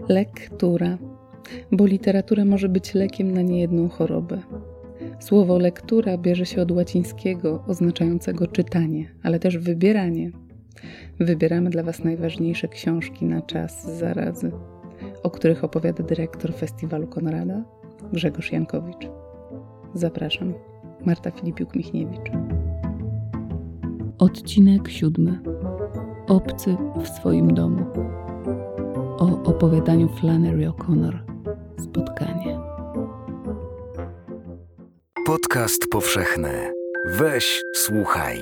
Lektura, bo literatura może być lekiem na niejedną chorobę. Słowo lektura bierze się od łacińskiego oznaczającego czytanie, ale też wybieranie. Wybieramy dla Was najważniejsze książki na czas zarazy, o których opowiada dyrektor Festiwalu Konrada, Grzegorz Jankowicz. Zapraszam, Marta Filipiuk-Michniewicz. Odcinek 7. Obcy w swoim domu. O opowiadaniu Flannery O'Connor. Spotkanie. Podcast powszechny. Weź, słuchaj.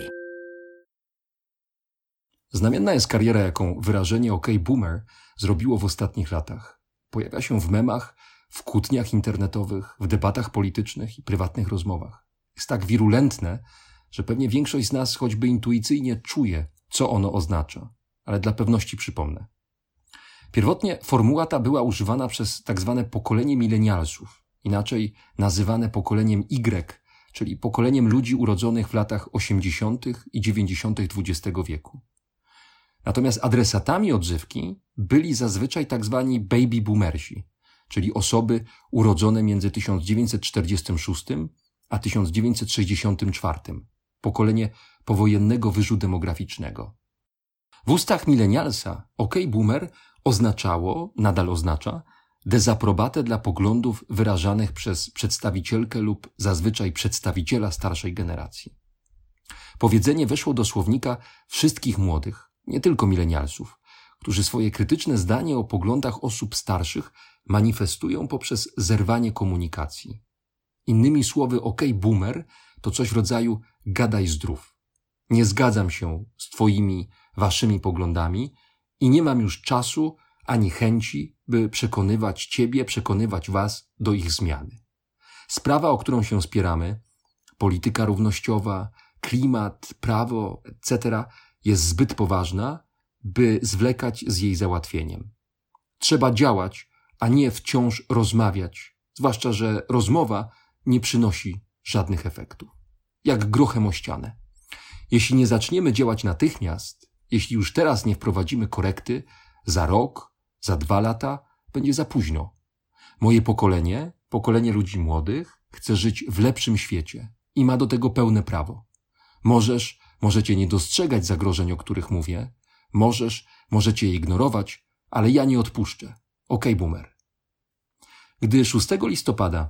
Znamienna jest kariera, jaką wyrażenie OK Boomer zrobiło w ostatnich latach. Pojawia się w memach, w kłótniach internetowych, w debatach politycznych i prywatnych rozmowach. Jest tak wirulentne, że pewnie większość z nas choćby intuicyjnie czuje, co ono oznacza. Ale dla pewności przypomnę. Pierwotnie formuła ta była używana przez tak zwane pokolenie milenialsów, inaczej nazywane pokoleniem Y, czyli pokoleniem ludzi urodzonych w latach 80. i 90. XX wieku. Natomiast adresatami odzywki byli zazwyczaj tak zwani baby boomersi, czyli osoby urodzone między 1946 a 1964, pokolenie powojennego wyżu demograficznego. W ustach milenialsa OK Boomer oznaczało, nadal oznacza, dezaprobatę dla poglądów wyrażanych przez przedstawicielkę lub zazwyczaj przedstawiciela starszej generacji. Powiedzenie weszło do słownika wszystkich młodych, nie tylko milenialsów, którzy swoje krytyczne zdanie o poglądach osób starszych manifestują poprzez zerwanie komunikacji. Innymi słowy, OK Boomer to coś w rodzaju gadaj zdrów. Nie zgadzam się z twoimi, waszymi poglądami i nie mam już czasu ani chęci, by przekonywać ciebie, przekonywać was do ich zmiany. Sprawa, o którą się spieramy, polityka równościowa, klimat, prawo, etc. jest zbyt poważna, by zwlekać z jej załatwieniem. Trzeba działać, a nie wciąż rozmawiać, zwłaszcza, że rozmowa nie przynosi żadnych efektów. Jak grochem o ścianę. Jeśli nie zaczniemy działać natychmiast, jeśli już teraz nie wprowadzimy korekty, za rok, za 2 lata będzie za późno. Moje pokolenie, pokolenie ludzi młodych, chce żyć w lepszym świecie i ma do tego pełne prawo. Możecie nie dostrzegać zagrożeń, o których mówię, możecie je ignorować, ale ja nie odpuszczę. OK Boomer. Gdy 6 listopada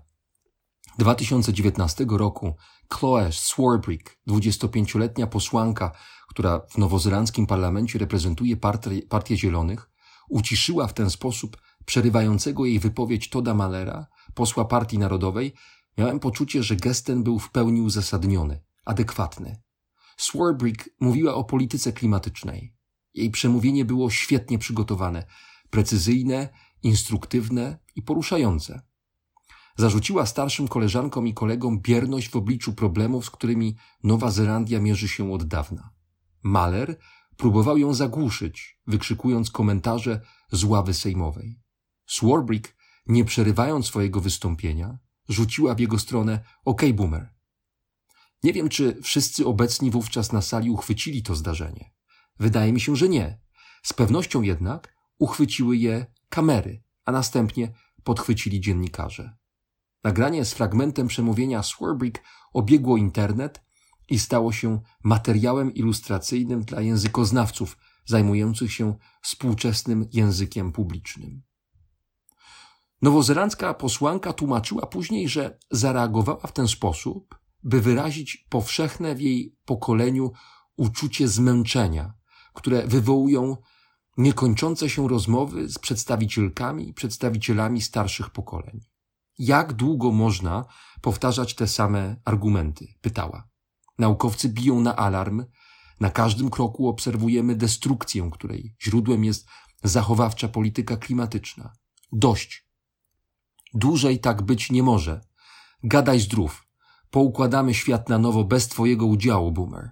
2019 roku Chloe Swarbrick, 25-letnia posłanka, która w nowozelandzkim parlamencie reprezentuje Partię Zielonych, uciszyła w ten sposób przerywającego jej wypowiedź Todda Malera, posła Partii Narodowej, miałem poczucie, że gest ten był w pełni uzasadniony, adekwatny. Swarbrick mówiła o polityce klimatycznej. Jej przemówienie było świetnie przygotowane, precyzyjne, instruktywne i poruszające. Zarzuciła starszym koleżankom i kolegom bierność w obliczu problemów, z którymi Nowa Zelandia mierzy się od dawna. Mahler próbował ją zagłuszyć, wykrzykując komentarze z ławy sejmowej. Swarbrick, nie przerywając swojego wystąpienia, rzuciła w jego stronę OK Boomer. Nie wiem, czy wszyscy obecni wówczas na sali uchwycili to zdarzenie. Wydaje mi się, że nie. Z pewnością jednak uchwyciły je kamery, a następnie podchwycili dziennikarze. Nagranie z fragmentem przemówienia Swarbrick obiegło internet i stało się materiałem ilustracyjnym dla językoznawców zajmujących się współczesnym językiem publicznym. Nowozelandzka posłanka tłumaczyła później, że zareagowała w ten sposób, by wyrazić powszechne w jej pokoleniu uczucie zmęczenia, które wywołują niekończące się rozmowy z przedstawicielkami i przedstawicielami starszych pokoleń. Jak długo można powtarzać te same argumenty? Pytała. Naukowcy biją na alarm. Na każdym kroku obserwujemy destrukcję, której źródłem jest zachowawcza polityka klimatyczna. Dość. Dłużej tak być nie może. Gadaj zdrów. Poukładamy świat na nowo bez twojego udziału, Boomer.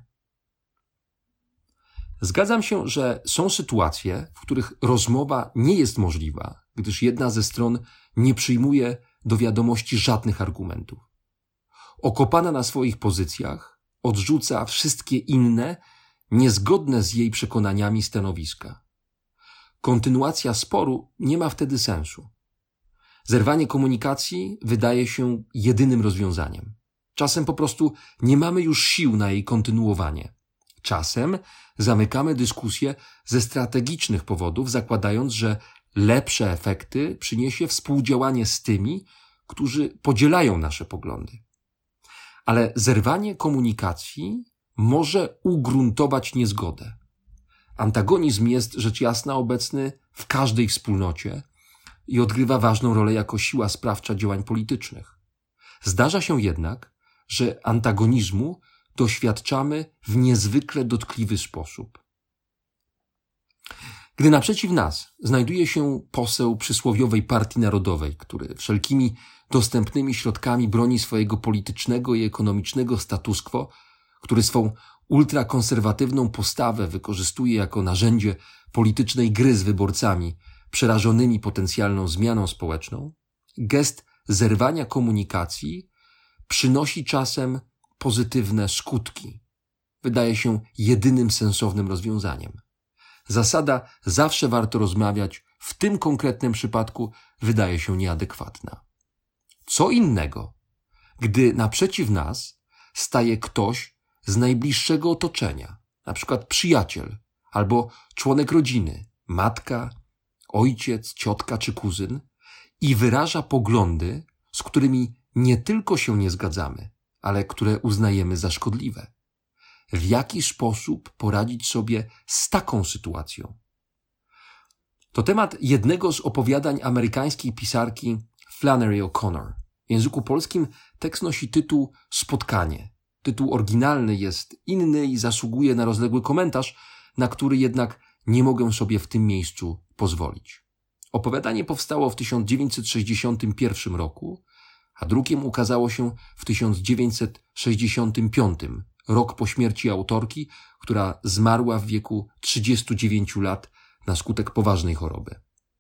Zgadzam się, że są sytuacje, w których rozmowa nie jest możliwa, gdyż jedna ze stron nie przyjmuje do wiadomości żadnych argumentów. Okopana na swoich pozycjach, odrzuca wszystkie inne, niezgodne z jej przekonaniami stanowiska. kontynuacja sporu nie ma wtedy sensu. Zerwanie komunikacji wydaje się jedynym rozwiązaniem. Czasem po prostu nie mamy już sił na jej kontynuowanie. Czasem zamykamy dyskusję ze strategicznych powodów, zakładając, że lepsze efekty przyniesie współdziałanie z tymi, którzy podzielają nasze poglądy. Ale zerwanie komunikacji może ugruntować niezgodę. Antagonizm jest rzecz jasna obecny w każdej wspólnocie i odgrywa ważną rolę jako siła sprawcza działań politycznych. Zdarza się jednak, że antagonizmu doświadczamy w niezwykle dotkliwy sposób. Gdy naprzeciw nas znajduje się poseł przysłowiowej Partii Narodowej, który wszelkimi dostępnymi środkami broni swojego politycznego i ekonomicznego status quo, który swą ultrakonserwatywną postawę wykorzystuje jako narzędzie politycznej gry z wyborcami przerażonymi potencjalną zmianą społeczną, gest zerwania komunikacji przynosi czasem pozytywne skutki. Wydaje się jedynym sensownym rozwiązaniem. Zasada zawsze warto rozmawiać w tym konkretnym przypadku wydaje się nieadekwatna. Co innego, gdy naprzeciw nas staje ktoś z najbliższego otoczenia, na przykład przyjaciel albo członek rodziny, matka, ojciec, ciotka czy kuzyn i wyraża poglądy, z którymi nie tylko się nie zgadzamy, ale które uznajemy za szkodliwe. W jaki sposób poradzić sobie z taką sytuacją? To temat jednego z opowiadań amerykańskiej pisarki Flannery O'Connor. W języku polskim tekst nosi tytuł Spotkanie. Tytuł oryginalny jest inny i zasługuje na rozległy komentarz, na który jednak nie mogę sobie w tym miejscu pozwolić. Opowiadanie powstało w 1961 roku, a drukiem ukazało się w 1965, rok po śmierci autorki, która zmarła w wieku 39 lat na skutek poważnej choroby.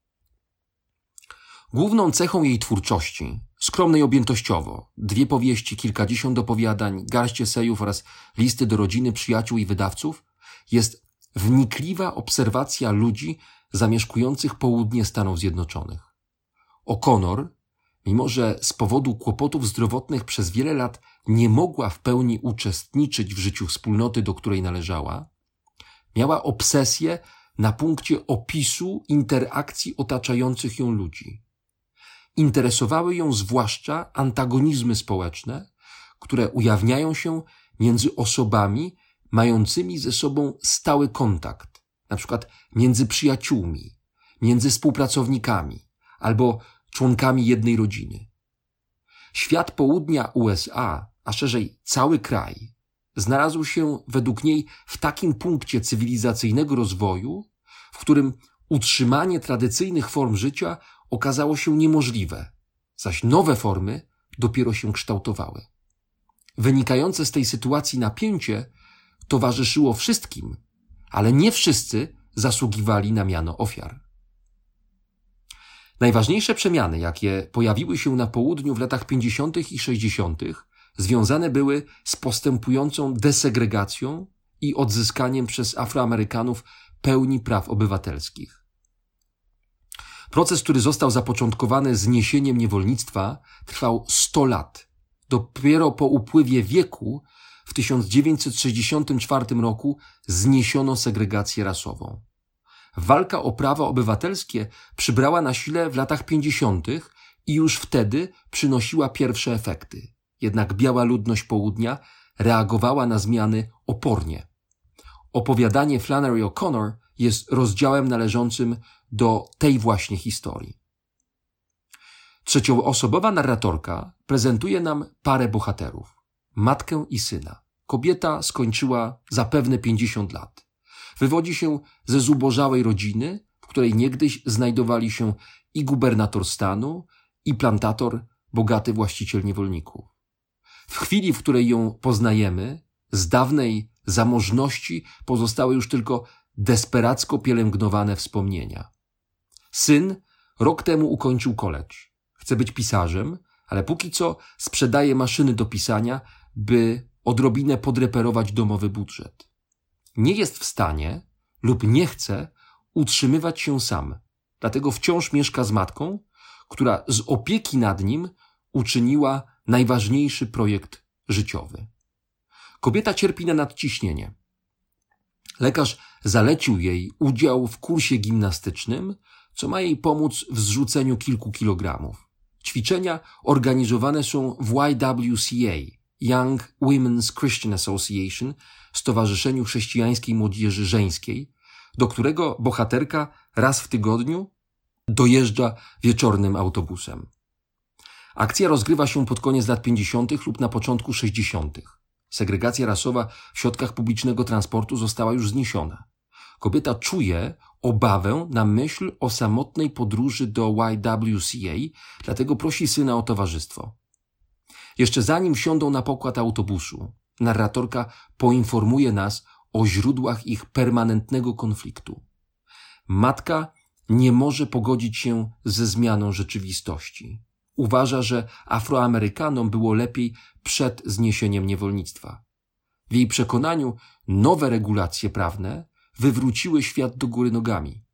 Główną cechą jej twórczości, skromnej objętościowo, 2 powieści, kilkadziesiąt opowiadań, garść esejów oraz listy do rodziny, przyjaciół i wydawców, jest wnikliwa obserwacja ludzi zamieszkujących południe Stanów Zjednoczonych. O'Connor, mimo że z powodu kłopotów zdrowotnych przez wiele lat nie mogła w pełni uczestniczyć w życiu wspólnoty, do której należała, miała obsesję na punkcie opisu interakcji otaczających ją ludzi. Interesowały ją zwłaszcza antagonizmy społeczne, które ujawniają się między osobami mającymi ze sobą stały kontakt, na przykład między przyjaciółmi, między współpracownikami albo członkami jednej rodziny. Świat południa USA, a szerzej cały kraj, znalazł się według niej w takim punkcie cywilizacyjnego rozwoju, w którym utrzymanie tradycyjnych form życia okazało się niemożliwe, zaś nowe formy dopiero się kształtowały. Wynikające z tej sytuacji napięcie towarzyszyło wszystkim, ale nie wszyscy zasługiwali na miano ofiar. Najważniejsze przemiany, jakie pojawiły się na południu w latach 50. i 60., związane były z postępującą desegregacją i odzyskaniem przez Afroamerykanów pełni praw obywatelskich. Proces, który został zapoczątkowany zniesieniem niewolnictwa, trwał 100 lat. Dopiero po upływie wieku w 1964 roku zniesiono segregację rasową. Walka o prawa obywatelskie przybrała na sile w latach 50. i już wtedy przynosiła pierwsze efekty. Jednak biała ludność południa reagowała na zmiany opornie. Opowiadanie Flannery O'Connor jest rozdziałem należącym do tej właśnie historii. Trzecioosobowa narratorka prezentuje nam parę bohaterów. Matkę i syna. Kobieta skończyła zapewne 50 lat. Wywodzi się ze zubożałej rodziny, w której niegdyś znajdowali się i gubernator stanu, i plantator, bogaty właściciel niewolników. W chwili, w której ją poznajemy, z dawnej zamożności pozostały już tylko desperacko pielęgnowane wspomnienia. Syn rok temu ukończył college. Chce być pisarzem, ale póki co sprzedaje maszyny do pisania, by odrobinę podreperować domowy budżet. Nie jest w stanie lub nie chce utrzymywać się sam. Dlatego wciąż mieszka z matką, która z opieki nad nim uczyniła najważniejszy projekt życiowy. Kobieta cierpi na nadciśnienie. Lekarz zalecił jej udział w kursie gimnastycznym, co ma jej pomóc w zrzuceniu kilku kilogramów. Ćwiczenia organizowane są w YWCA, Young Women's Christian Association, Stowarzyszeniu Chrześcijańskiej Młodzieży Żeńskiej, do którego bohaterka raz w tygodniu dojeżdża wieczornym autobusem. Akcja rozgrywa się pod koniec lat 50. lub na początku 60. Segregacja rasowa w środkach publicznego transportu została już zniesiona. Kobieta czuje obawę na myśl o samotnej podróży do YWCA, dlatego prosi syna o towarzystwo. Jeszcze zanim wsiądą na pokład autobusu, narratorka poinformuje nas o źródłach ich permanentnego konfliktu. Matka nie może pogodzić się ze zmianą rzeczywistości. Uważa, że Afroamerykanom było lepiej przed zniesieniem niewolnictwa. W jej przekonaniu nowe regulacje prawne wywróciły świat do góry nogami.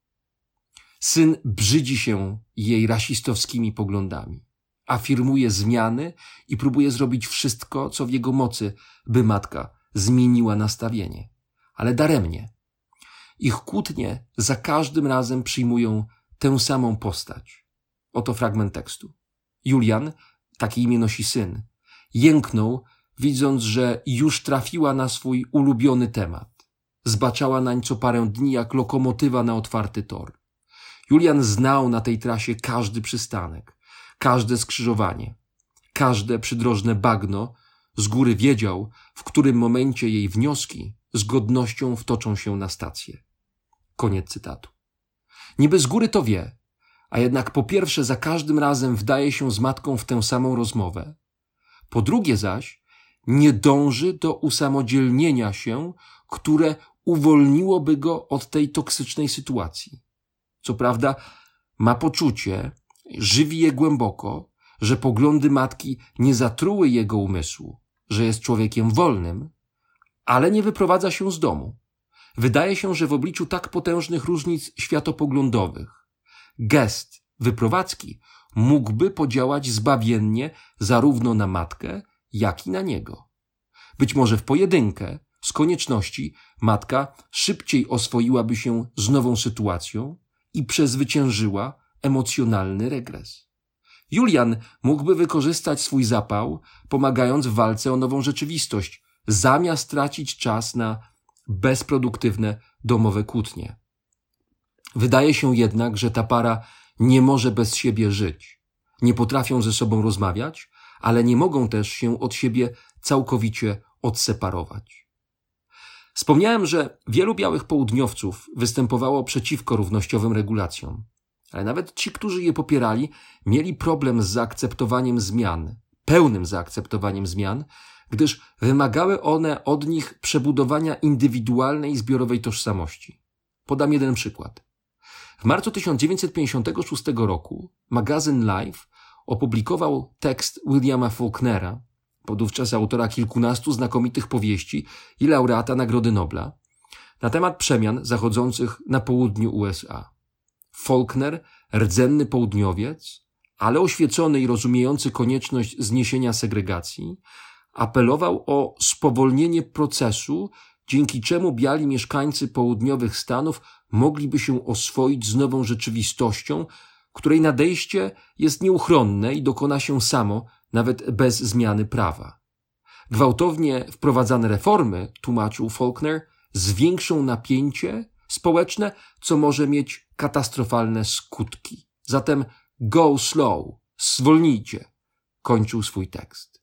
Syn brzydzi się jej rasistowskimi poglądami. Afirmuje zmiany i próbuje zrobić wszystko, co w jego mocy, by matka zmieniła nastawienie. Ale daremnie. Ich kłótnie za każdym razem przyjmują tę samą postać. Oto fragment tekstu. Julian, takie imię nosi syn, jęknął, widząc, że już trafiła na swój ulubiony temat. Zbaczała nań co parę dni jak lokomotywa na otwarty tor. Julian znał na tej trasie każdy przystanek, każde skrzyżowanie, każde przydrożne bagno, z góry wiedział, w którym momencie jej wnioski z godnością wtoczą się na stację. Koniec cytatu. Niby z góry to wie, a jednak po pierwsze za każdym razem wdaje się z matką w tę samą rozmowę, po drugie zaś nie dąży do usamodzielnienia się, które uwolniłoby go od tej toksycznej sytuacji. Co prawda ma poczucie, żywi je głęboko, że poglądy matki nie zatruły jego umysłu, że jest człowiekiem wolnym, ale nie wyprowadza się z domu. Wydaje się, że w obliczu tak potężnych różnic światopoglądowych gest wyprowadzki mógłby podziałać zbawiennie zarówno na matkę, jak i na niego. Być może w pojedynkę, z konieczności, matka szybciej oswoiłaby się z nową sytuacją i przezwyciężyła emocjonalny regres. Julian mógłby wykorzystać swój zapał, pomagając w walce o nową rzeczywistość, zamiast tracić czas na bezproduktywne domowe kłótnie. Wydaje się jednak, że ta para nie może bez siebie żyć. Nie potrafią ze sobą rozmawiać, ale nie mogą też się od siebie całkowicie odseparować. Wspomniałem, że wielu białych południowców występowało przeciwko równościowym regulacjom, ale nawet ci, którzy je popierali, mieli problem z zaakceptowaniem zmian, pełnym zaakceptowaniem zmian, gdyż wymagały one od nich przebudowania indywidualnej i zbiorowej tożsamości. Podam jeden przykład. W marcu 1956 roku magazyn Life opublikował tekst Williama Faulknera, podówczas autora kilkunastu znakomitych powieści i laureata Nagrody Nobla, na temat przemian zachodzących na południu USA. Faulkner, rdzenny południowiec, ale oświecony i rozumiejący konieczność zniesienia segregacji, apelował o spowolnienie procesu, dzięki czemu biali mieszkańcy południowych Stanów mogliby się oswoić z nową rzeczywistością, której nadejście jest nieuchronne i dokona się samo, nawet bez zmiany prawa. Gwałtownie wprowadzane reformy, tłumaczył Faulkner, zwiększą napięcie społeczne, co może mieć katastrofalne skutki. Zatem go slow, zwolnijcie, kończył swój tekst.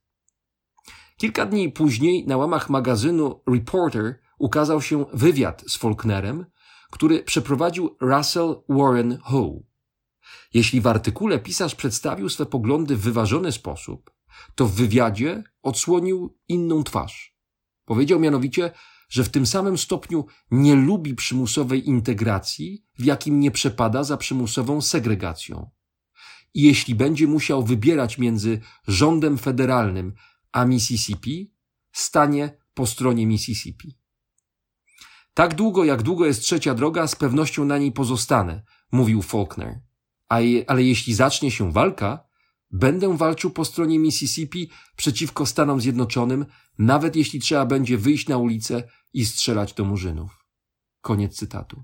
Kilka dni później na łamach magazynu Reporter ukazał się wywiad z Faulknerem, który przeprowadził Russell Warren Hoe. Jeśli w artykule pisarz przedstawił swe poglądy w wyważony sposób, to w wywiadzie odsłonił inną twarz. Powiedział mianowicie, że w tym samym stopniu nie lubi przymusowej integracji, w jakim nie przepada za przymusową segregacją. I jeśli będzie musiał wybierać między rządem federalnym a Mississippi, stanie po stronie Mississippi. Tak długo, jak długo jest trzecia droga, z pewnością na niej pozostanę, mówił Faulkner. Ale jeśli zacznie się walka, będę walczył po stronie Mississippi przeciwko Stanom Zjednoczonym, nawet jeśli trzeba będzie wyjść na ulicę i strzelać do murzynów. Koniec cytatu.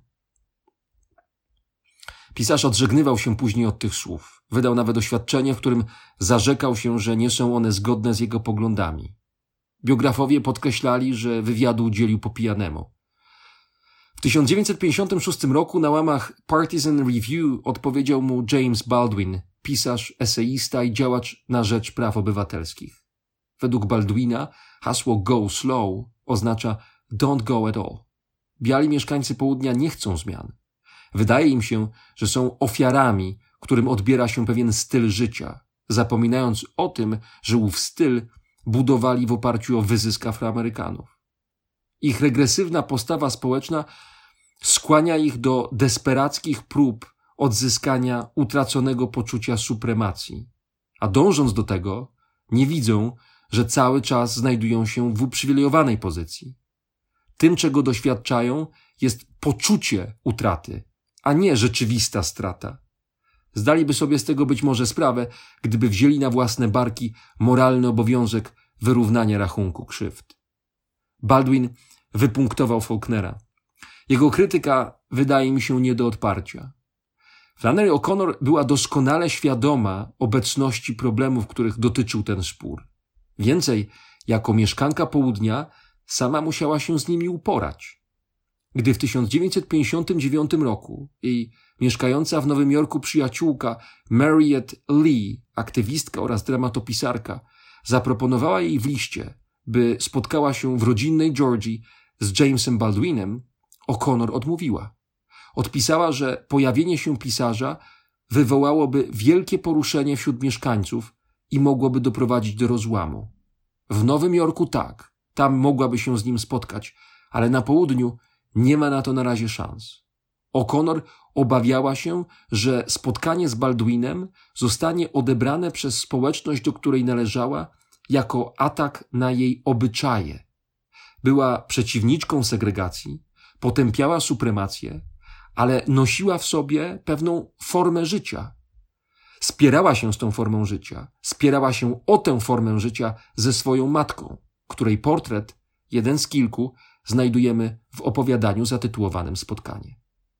Pisarz odżegnywał się później od tych słów. Wydał nawet oświadczenie, w którym zarzekał się, że nie są one zgodne z jego poglądami. Biografowie podkreślali, że wywiadu udzielił po pijanemu. W 1956 roku na łamach Partisan Review odpowiedział mu James Baldwin, pisarz, eseista i działacz na rzecz praw obywatelskich. Według Baldwina hasło Go Slow oznacza Don't go at all. Biali mieszkańcy południa nie chcą zmian. Wydaje im się, że są ofiarami, którym odbiera się pewien styl życia, zapominając o tym, że ów styl budowali w oparciu o wyzysk Afroamerykanów. Ich regresywna postawa społeczna skłania ich do desperackich prób odzyskania utraconego poczucia supremacji, a dążąc do tego, nie widzą, że cały czas znajdują się w uprzywilejowanej pozycji. Tym, czego doświadczają, jest poczucie utraty, a nie rzeczywista strata. Zdaliby sobie z tego być może sprawę, gdyby wzięli na własne barki moralny obowiązek wyrównania rachunku krzywd. Baldwin wypunktował Faulknera. Jego krytyka wydaje mi się nie do odparcia. Flannery O'Connor była doskonale świadoma obecności problemów, których dotyczył ten spór. Więcej, jako mieszkanka południa, sama musiała się z nimi uporać. Gdy w 1959 roku jej mieszkająca w Nowym Jorku przyjaciółka Mariette Lee, aktywistka oraz dramatopisarka, zaproponowała jej w liście, by spotkała się w rodzinnej Georgii z Jamesem Baldwinem, O'Connor odmówiła. Odpisała, że pojawienie się pisarza wywołałoby wielkie poruszenie wśród mieszkańców i mogłoby doprowadzić do rozłamu. W Nowym Jorku tak, tam mogłaby się z nim spotkać, ale na południu nie ma na to na razie szans. O'Connor obawiała się, że spotkanie z Baldwinem zostanie odebrane przez społeczność, do której należała, jako atak na jej obyczaje. Była przeciwniczką segregacji, potępiała supremację, ale nosiła w sobie pewną formę życia. Spierała się z tą formą życia, spierała się o tę formę życia ze swoją matką, której portret, jeden z kilku, znajdujemy w opowiadaniu zatytułowanym Spotkanie.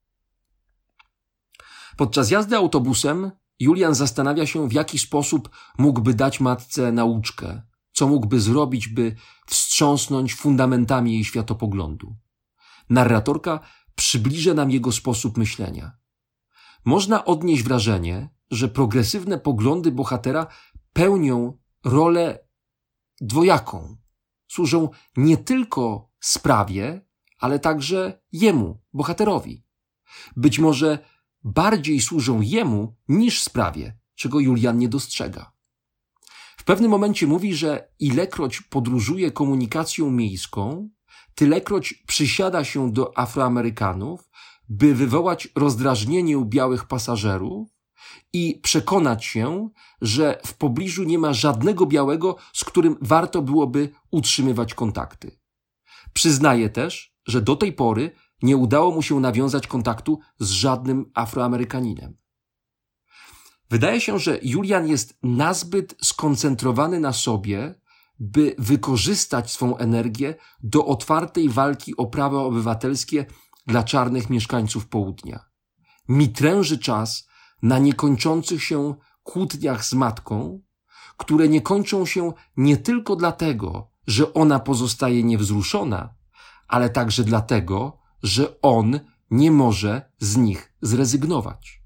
Podczas jazdy autobusem Julian zastanawia się, w jaki sposób mógłby dać matce nauczkę, co mógłby zrobić, by wstrząsnąć fundamentami jej światopoglądu. Narratorka przybliża nam jego sposób myślenia. Można odnieść wrażenie, że progresywne poglądy bohatera pełnią rolę dwojaką. Służą nie tylko sprawie, ale także jemu, bohaterowi. Być może bardziej służą jemu niż sprawie, czego Julian nie dostrzega. W pewnym momencie mówi, że ilekroć podróżuje komunikacją miejską, tylekroć przysiada się do Afroamerykanów, by wywołać rozdrażnienie u białych pasażerów i przekonać się, że w pobliżu nie ma żadnego białego, z którym warto byłoby utrzymywać kontakty. Przyznaje też, że do tej pory nie udało mu się nawiązać kontaktu z żadnym Afroamerykaninem. Wydaje się, że Julian jest nazbyt skoncentrowany na sobie, by wykorzystać swą energię do otwartej walki o prawa obywatelskie dla czarnych mieszkańców południa. Mitręży czas na niekończących się kłótniach z matką, które nie kończą się nie tylko dlatego, że ona pozostaje niewzruszona, ale także dlatego, że on nie może z nich zrezygnować.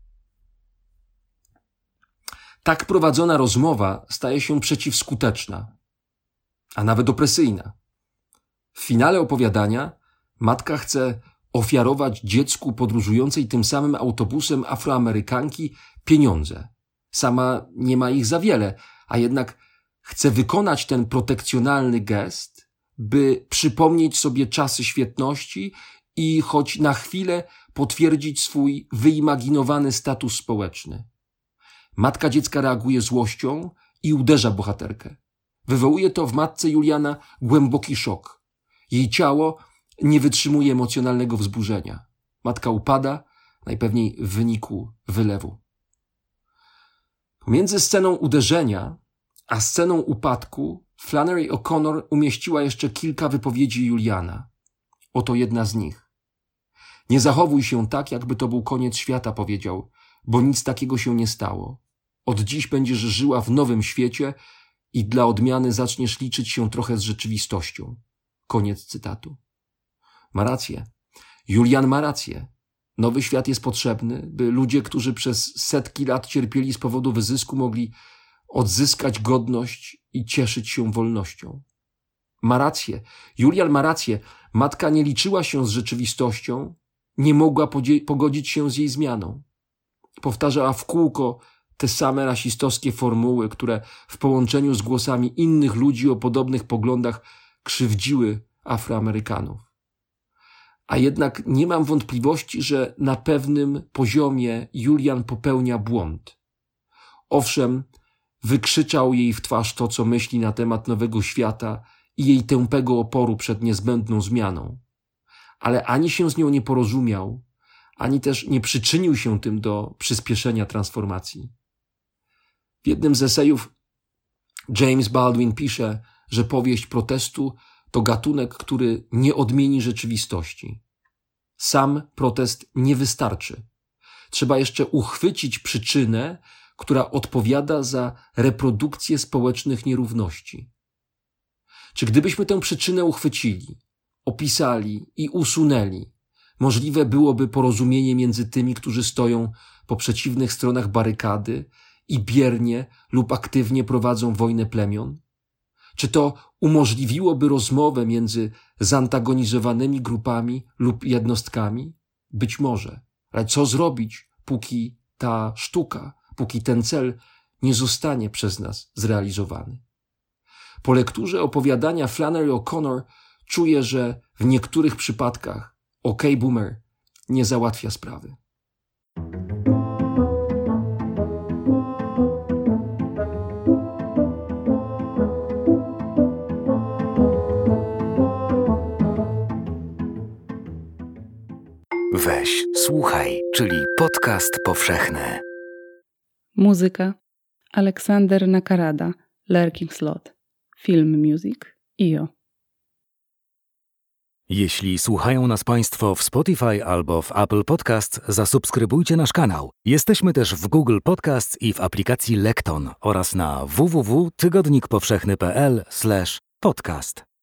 Tak prowadzona rozmowa staje się przeciwskuteczna, a nawet opresyjna. W finale opowiadania matka chce ofiarować dziecku podróżującej tym samym autobusem Afroamerykanki pieniądze. Sama nie ma ich za wiele, a jednak chce wykonać ten protekcjonalny gest, by przypomnieć sobie czasy świetności i choć na chwilę potwierdzić swój wyimaginowany status społeczny. Matka dziecka reaguje złością i uderza bohaterkę. Wywołuje to w matce Juliana głęboki szok. Jej ciało nie wytrzymuje emocjonalnego wzburzenia. Matka upada, najpewniej w wyniku wylewu. Pomiędzy sceną uderzenia a sceną upadku Flannery O'Connor umieściła jeszcze kilka wypowiedzi Juliana. Oto jedna z nich. Nie zachowuj się tak, jakby to był koniec świata, powiedział, bo nic takiego się nie stało. Od dziś będziesz żyła w nowym świecie i dla odmiany zaczniesz liczyć się trochę z rzeczywistością. Koniec cytatu. Ma rację. Julian ma rację. Nowy świat jest potrzebny, by ludzie, którzy przez setki lat cierpieli z powodu wyzysku, mogli odzyskać godność i cieszyć się wolnością. Ma rację. Julian ma rację. Matka nie liczyła się z rzeczywistością, nie mogła pogodzić się z jej zmianą. Powtarzała w kółko te same rasistowskie formuły, które w połączeniu z głosami innych ludzi o podobnych poglądach krzywdziły Afroamerykanów. A jednak nie mam wątpliwości, że na pewnym poziomie Julian popełnia błąd. Owszem, wykrzyczał jej w twarz to, co myśli na temat nowego świata i jej tępego oporu przed niezbędną zmianą. Ale ani się z nią nie porozumiał, ani też nie przyczynił się tym do przyspieszenia transformacji. W jednym z esejów James Baldwin pisze, że powieść protestu to gatunek, który nie odmieni rzeczywistości. Sam protest nie wystarczy. Trzeba jeszcze uchwycić przyczynę, która odpowiada za reprodukcję społecznych nierówności. Czy gdybyśmy tę przyczynę uchwycili, opisali i usunęli, możliwe byłoby porozumienie między tymi, którzy stoją po przeciwnych stronach barykady i biernie lub aktywnie prowadzą wojnę plemion? Czy to umożliwiłoby rozmowę między zantagonizowanymi grupami lub jednostkami? Być może. Ale co zrobić, póki ta sztuka, póki ten cel nie zostanie przez nas zrealizowany? Po lekturze opowiadania Flannery O'Connor czuję, że w niektórych przypadkach OK Boomer nie załatwia sprawy. Weź, słuchaj, czyli podcast powszechny. Muzyka Aleksander Nakarada, Lurking Slot. Film Music IO. Jeśli słuchają nas Państwo w Spotify albo w Apple Podcast, zasubskrybujcie nasz kanał. Jesteśmy też w Google Podcast i w aplikacji Lekton oraz na www.tygodnikpowszechny.pl/podcast.